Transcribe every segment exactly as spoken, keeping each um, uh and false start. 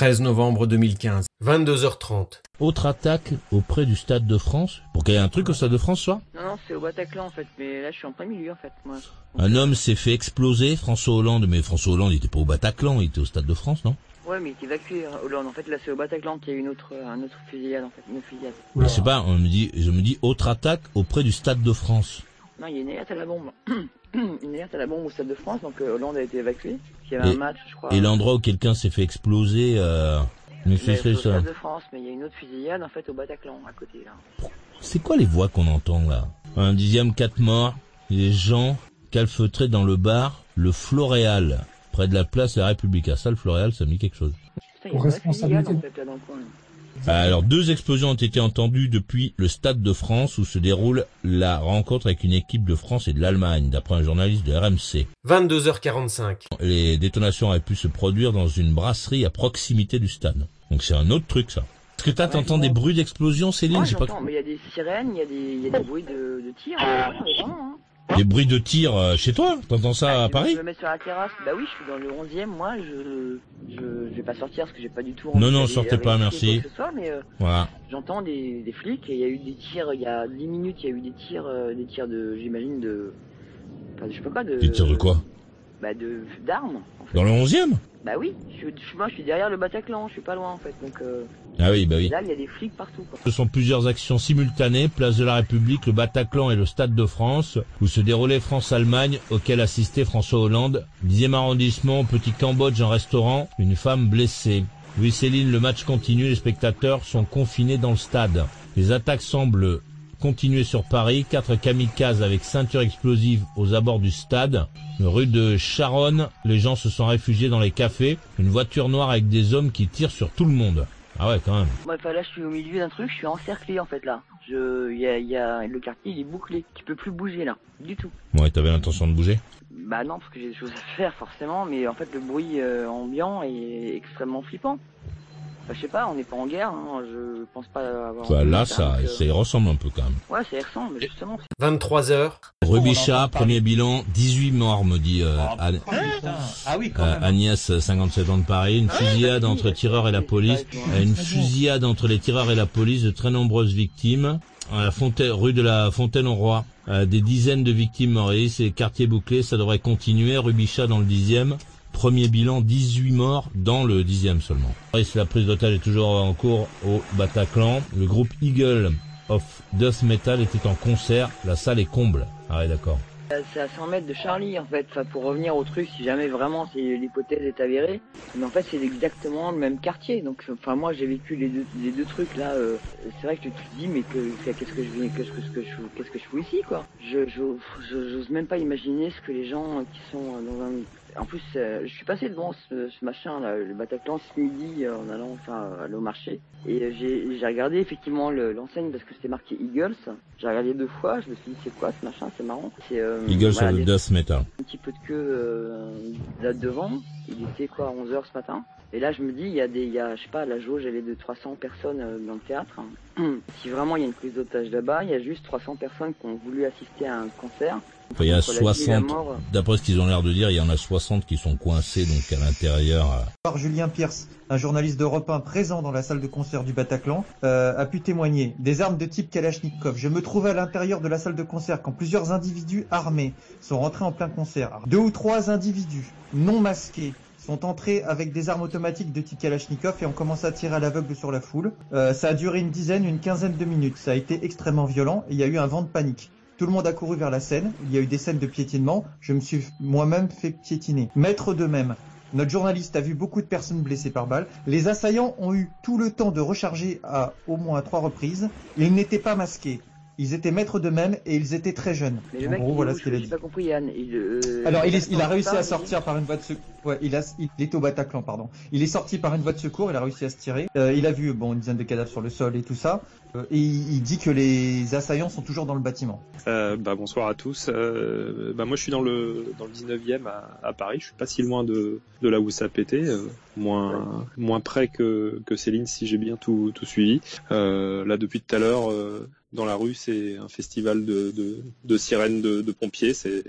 treize novembre deux mille quinze, vingt-deux heures trente. Autre attaque auprès du Stade de France. Pour qu'il y ait un truc au Stade de France, soit Non, non, c'est au Bataclan en fait, mais là je suis en plein milieu en fait. Moi. Un homme s'est fait exploser, François Hollande, mais François Hollande il était pas au Bataclan, il était au Stade de France, non? Ouais, mais il est évacué, Hollande. En fait, là c'est au Bataclan qu'il y a une autre, un autre fusillade en fait, une fusillade. Je sais pas, on me dit, je me dis autre attaque auprès du Stade de France. Non, il y a une alerte à la bombe. Une alerte à la bombe au Stade de France, donc euh, Hollande a été évacué. Il y avait Et, un match, je crois. et l'endroit où quelqu'un s'est fait exploser, euh... mais c'est c'est au ça. Stade de France, mais il y a une autre fusillade en fait au Bataclan, à côté là. C'est quoi les voix qu'on entend là? Un dixième, quatre morts, les gens calfeutrés dans le bar, le Floréal, près de la place de la République. Ah ça, le Floréal, ça me dit quelque chose. Putain, il y a une vraie fusillade en fait là dans le coin. Là. Alors, deux explosions ont été entendues depuis le Stade de France où se déroule la rencontre avec une équipe de France et de l'Allemagne, d'après un journaliste de R M C. vingt-deux heures quarante-cinq. Les détonations auraient pu se produire dans une brasserie à proximité du stade. Donc c'est un autre truc, ça. Est-ce que toi, t'entends des bruits d'explosion, Céline? Ouais, J'ai pas... mais il y a des sirènes, il y a des, il y a des bruits de, de tir. Ouais, hein. Des bruits de tir euh, chez toi? T'entends ça ah, à Paris? Je me mets sur la terrasse. Bah oui, je suis dans le onzième, moi, je, je, je vais pas sortir parce que j'ai pas du tout envie Non, non, d'aller sortez pas, merci. quoi que ce soit, mais, euh, Voilà. j'entends des, des flics et il y a eu des tirs, il y a dix minutes, il y a eu des tirs, euh, des tirs de, j'imagine, de, enfin, je sais pas quoi, de... Des tirs de quoi? Bah, de, d'armes, en fait. Dans le onzième? Bah oui, je, je, moi je suis derrière le Bataclan, je suis pas loin en fait, donc euh, Ah oui, bah oui. là il y a des flics partout quoi. Ce sont plusieurs actions simultanées, place de la République, le Bataclan et le Stade de France, où se déroulait France-Allemagne, auquel assistait François Hollande. Dixième arrondissement, petit Cambodge, un restaurant, une femme blessée. Oui Céline, le match continue, les spectateurs sont confinés dans le stade. Les attaques semblent continuer sur Paris, quatre kamikazes avec ceinture explosive aux abords du stade. Rue de Charonne, les gens se sont réfugiés dans les cafés. Une voiture noire avec des hommes qui tirent sur tout le monde. Ah ouais, quand même. Ouais, enfin, là je suis au milieu d'un truc, je suis encerclé en fait là. Je, y a, y a, le quartier il est bouclé, tu peux plus bouger là, du tout. Ouais, t'avais l'intention de bouger? Bah non, parce que j'ai des choses à faire forcément, mais en fait le bruit euh, ambiant est extrêmement flippant. Enfin, je sais pas, on n'est pas en guerre, hein, je pense pas avoir... Bah, là, ça, donc, euh... ça y ressemble un peu quand même. Ouais, ça y ressemble, justement. vingt-trois heures. Rubichat, premier bilan, dix-huit morts, me dit euh, oh, Anne... ah oui, quand même. Euh, Agnès, cinquante-sept ans de Paris. Une fusillade entre tireurs et la police. Une fusillade entre les tireurs et la police, de très nombreuses victimes. À la Fontaine, rue de la Fontaine-au-Roi, euh, des dizaines de victimes Maurice et quartier bouclé, ça devrait continuer. Rubichat dans le dixième. Premier bilan, dix-huit morts dans le dixième seulement. La prise d'otage est toujours en cours au Bataclan. Le groupe Eagle of Death Metal était en concert. La salle est comble. Ah ouais, d'accord. C'est à cent mètres de Charlie en fait, enfin, pour revenir au truc, si jamais vraiment c'est, l'hypothèse est avérée, mais en fait c'est exactement le même quartier, donc enfin moi j'ai vécu les deux, les deux trucs là, euh, c'est vrai que tu te dis mais que, qu'est-ce que je viens, qu'est-ce que, ce que je, qu'est-ce que je fous ici quoi, je, je, je, j'ose même pas imaginer ce que les gens qui sont dans un... En plus, euh, je suis passé devant ce, ce machin là, le Bataclan ce midi euh, en allant enfin aller au marché et euh, j'ai, j'ai regardé effectivement le, l'enseigne parce que c'était marqué Eagles. J'ai regardé deux fois, je me suis dit c'est quoi ce machin, c'est marrant. C'est euh, Eagles voilà, of Death Metal. Un petit peu de queue euh, là devant. Il était quoi, onze heures ce matin. Et là, je me dis, il y a des, il y a, je sais pas, la jauge, elle est de trois cents personnes euh, dans le théâtre. Si vraiment il y a une prise d'otage là-bas, il y a juste trois cents personnes qui ont voulu assister à un concert. Enfin, il y a soixante, d'après ce qu'ils ont l'air de dire, il y en a soixante qui sont coincés donc à l'intérieur. Par Julien Pierce, un journaliste d'Europe un présent dans la salle de concert du Bataclan, euh, a pu témoigner. Des armes de type Kalachnikov. Je me trouvais à l'intérieur de la salle de concert quand plusieurs individus armés sont rentrés en plein concert. Deux ou trois individus non masqués sont entrés avec des armes automatiques de type Kalachnikov et ont commencé à tirer à l'aveugle sur la foule. Euh, ça a duré une dizaine, une quinzaine de minutes. Ça a été extrêmement violent et il y a eu un vent de panique. Tout le monde a couru vers la scène. Il y a eu des scènes de piétinement. Je me suis moi-même fait piétiner. Maître d'eux-mêmes. Notre journaliste a vu beaucoup de personnes blessées par balle. Les assaillants ont eu tout le temps de recharger à au moins trois reprises. Ils n'étaient pas masqués. Ils étaient maîtres d'eux-mêmes et ils étaient très jeunes. Mais le en mec, gros, il voilà où, ce qu'il a dit. J'ai pas compris, Yann. Il, euh, Alors, il, est, il a réussi pas, à sortir il... par une voie de secours. Ouais, il, a, il est au Bataclan, pardon. Il est sorti par une voie de secours, il a réussi à se tirer. Euh, il a vu, bon, une dizaine de cadavres sur le sol et tout ça. Euh, et il, il dit que les assaillants sont toujours dans le bâtiment. Euh, bah, bonsoir à tous. Euh, bah, moi, je suis dans le, dans le dix-neuvième à, à Paris. Je suis pas si loin de, de là où ça a pété. Euh, moins, ouais. moins près que, que Céline, si j'ai bien tout, tout suivi. Euh, là, depuis tout à l'heure, euh, dans la rue, c'est un festival de, de, de sirènes de, de pompiers. C'est,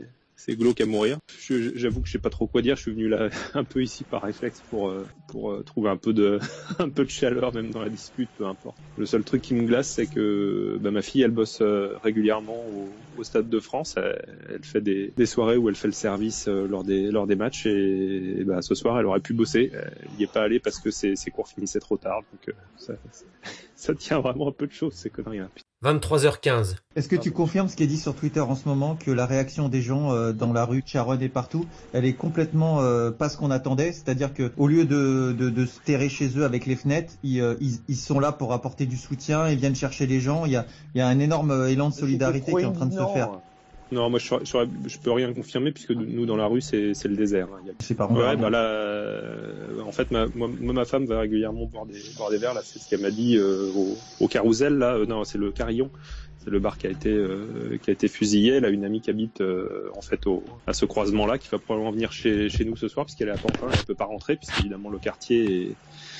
c'est glauque à mourir. Je, j'avoue que je sais pas trop quoi dire. Je suis venu là un peu ici par réflexe pour euh, pour euh, trouver un peu de un peu de chaleur même dans la dispute, peu importe. Le seul truc qui me glace, c'est que bah, ma fille, elle bosse euh, régulièrement au, au Stade de France. Elle, elle fait des, des soirées où elle fait le service euh, lors des lors des matchs et, et bah, ce soir, elle aurait pu bosser. Elle n'y est pas allée parce que ses, ses cours finissaient trop tard. Donc euh, ça, ça, ça tient vraiment un peu de choses ces conneries. Hein. vingt-trois heures quinze. Est-ce que tu confirmes ce qui est dit sur Twitter en ce moment, que la réaction des gens euh, dans la rue de Charonne et partout, elle est complètement euh, pas ce qu'on attendait, c'est-à-dire que au lieu de, de, de se terrer chez eux avec les fenêtres, ils, euh, ils, ils sont là pour apporter du soutien, ils viennent chercher les gens, il y a, il y a un énorme élan de solidarité qui est en train de se faire. Non, moi je, saurais, je, saurais, je peux rien confirmer puisque nous dans la rue c'est, c'est le désert. Hein. Il y a... C'est pas ouais, bah là, euh, en fait, ma, moi, ma femme va régulièrement boire des, boire des verres. Là, c'est ce qu'elle m'a dit euh, au, au Carousel. Là, euh, non, c'est le Carillon. C'est le bar qui a été euh, qui a été fusillé. Elle a une amie qui habite euh, en fait au, à ce croisement-là, qui va probablement venir chez chez nous ce soir puisqu'elle est à Pantin. Elle peut pas rentrer puisqu'évidemment le quartier est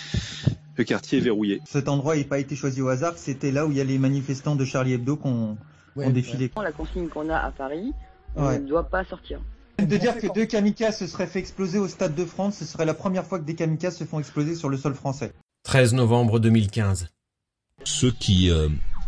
le quartier est verrouillé. Cet endroit n'a pas été choisi au hasard. C'était là où il y a les manifestants de Charlie Hebdo qu'on ouais, ont défilé. La consigne qu'on a à Paris, on ouais. ne doit pas sortir. De dire que deux kamikazes se seraient fait exploser au Stade de France, ce serait la première fois que des kamikazes se font exploser sur le sol français. treize novembre deux mille quinze. Ceux qui euh,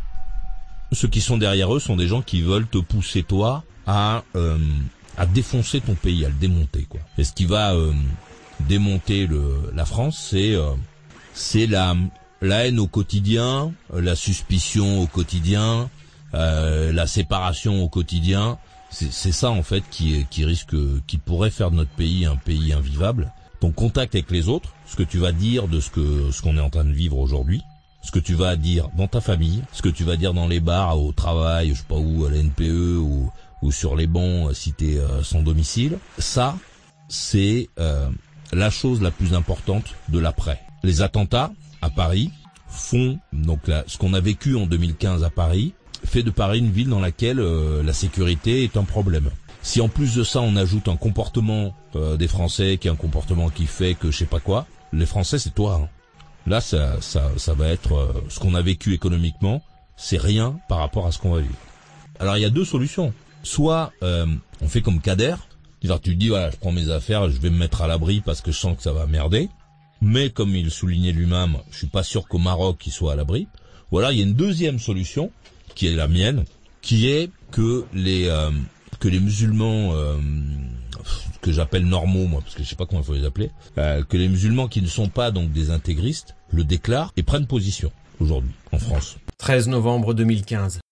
ceux qui sont derrière eux sont des gens qui veulent te pousser toi à euh, à défoncer ton pays, à le démonter quoi. Et ce qui va euh, démonter le la France, c'est euh, c'est la la haine au quotidien, la suspicion au quotidien, euh, la séparation au quotidien. C'est, c'est ça en fait qui, qui risque, qui pourrait faire de notre pays un pays invivable. Ton contact avec les autres, ce que tu vas dire de ce que ce qu'on est en train de vivre aujourd'hui, ce que tu vas dire dans ta famille, ce que tu vas dire dans les bars, au travail, je sais pas où, à la N P E ou, ou sur les bancs si t'es euh, sans domicile, ça c'est euh, la chose la plus importante de l'après. Les attentats à Paris font donc la, ce qu'on a vécu en deux mille quinze à Paris. Fait de Paris une ville dans laquelle euh, la sécurité est un problème. Si en plus de ça on ajoute un comportement euh, des Français qui est un comportement qui fait que je sais pas quoi, les Français c'est toi. Hein. Là ça ça ça va être euh, ce qu'on a vécu économiquement, c'est rien par rapport à ce qu'on va vivre. Alors il y a deux solutions. Soit euh, on fait comme Kader, c'est-à-dire tu te dis voilà je prends mes affaires, je vais me mettre à l'abri parce que je sens que ça va merder. Mais comme il soulignait lui-même, je suis pas sûr qu'au Maroc il soit à l'abri. Ou alors il y a une deuxième solution qui est la mienne, qui est que les euh, que les musulmans euh, que j'appelle normaux moi parce que je sais pas comment il faut les appeler, euh, que les musulmans qui ne sont pas donc des intégristes le déclarent et prennent position aujourd'hui en France. treize novembre deux mille quinze.